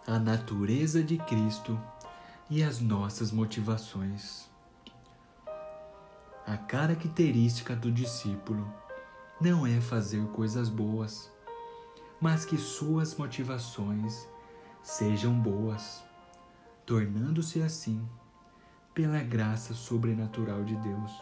a natureza de Cristo e as nossas motivações. A característica do discípulo não é fazer coisas boas, mas que suas motivações sejam boas, tornando-se assim pela graça sobrenatural de Deus.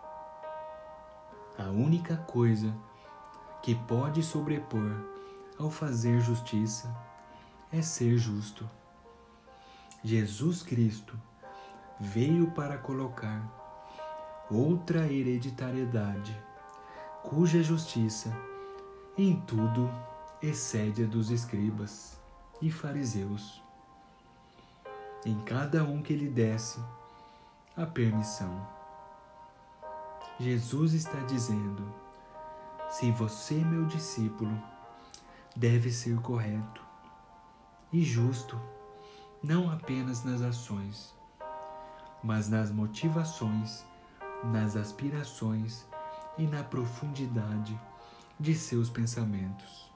A única coisa que pode sobrepor ao fazer justiça é ser justo. Jesus Cristo veio para colocar outra hereditariedade, cuja justiça em tudo excede a dos escribas e fariseus. Em cada um que lhe desse a permissão. Jesus está dizendo: se você, meu discípulo, deve ser correto e justo, não apenas nas ações, mas nas motivações, nas aspirações e na profundidade de seus pensamentos.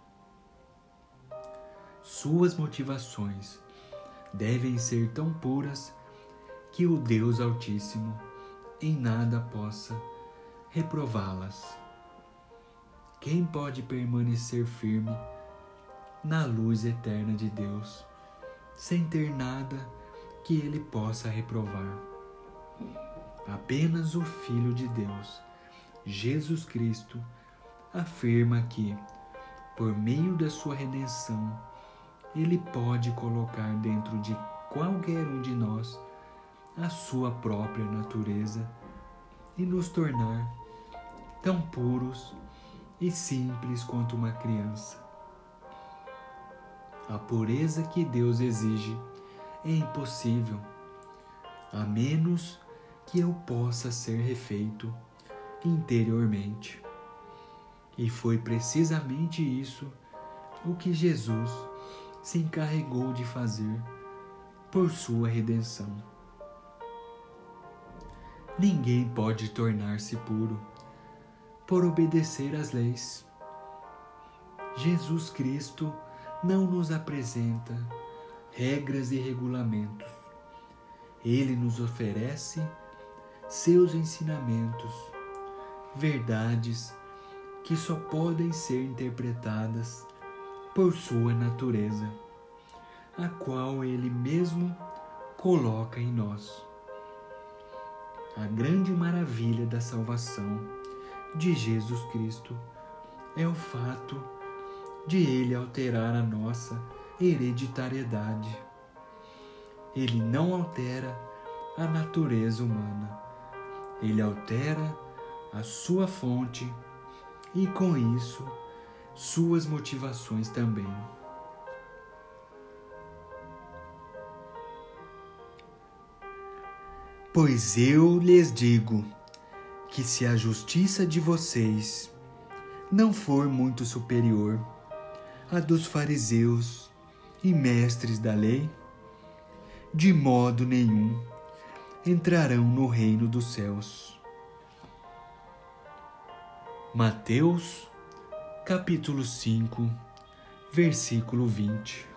Suas motivações devem ser tão puras que o Deus Altíssimo em nada possa reprová-las. Quem pode permanecer firme na luz eterna de Deus, sem ter nada que ele possa reprovar? Apenas o Filho de Deus, Jesus Cristo, afirma que, por meio da sua redenção, ele pode colocar dentro de qualquer um de nós a sua própria natureza e nos tornar tão puros e simples quanto uma criança. A pureza que Deus exige é impossível, a menos que eu possa ser refeito interiormente. E foi precisamente isso o que Jesus se encarregou de fazer por sua redenção. Ninguém pode tornar-se puro por obedecer às leis. Jesus Cristo não nos apresenta regras e regulamentos. Ele nos oferece seus ensinamentos, verdades que só podem ser interpretadas por sua natureza, a qual ele mesmo coloca em nós. A grande maravilha da salvação de Jesus Cristo é o fato de ele alterar a nossa hereditariedade. Ele não altera a natureza humana, ele altera a sua fonte e, com isso, suas motivações também. Pois eu lhes digo que se a justiça de vocês não for muito superior à dos fariseus e mestres da lei, de modo nenhum entrarão no reino dos céus. Mateus, capítulo 5, versículo 20.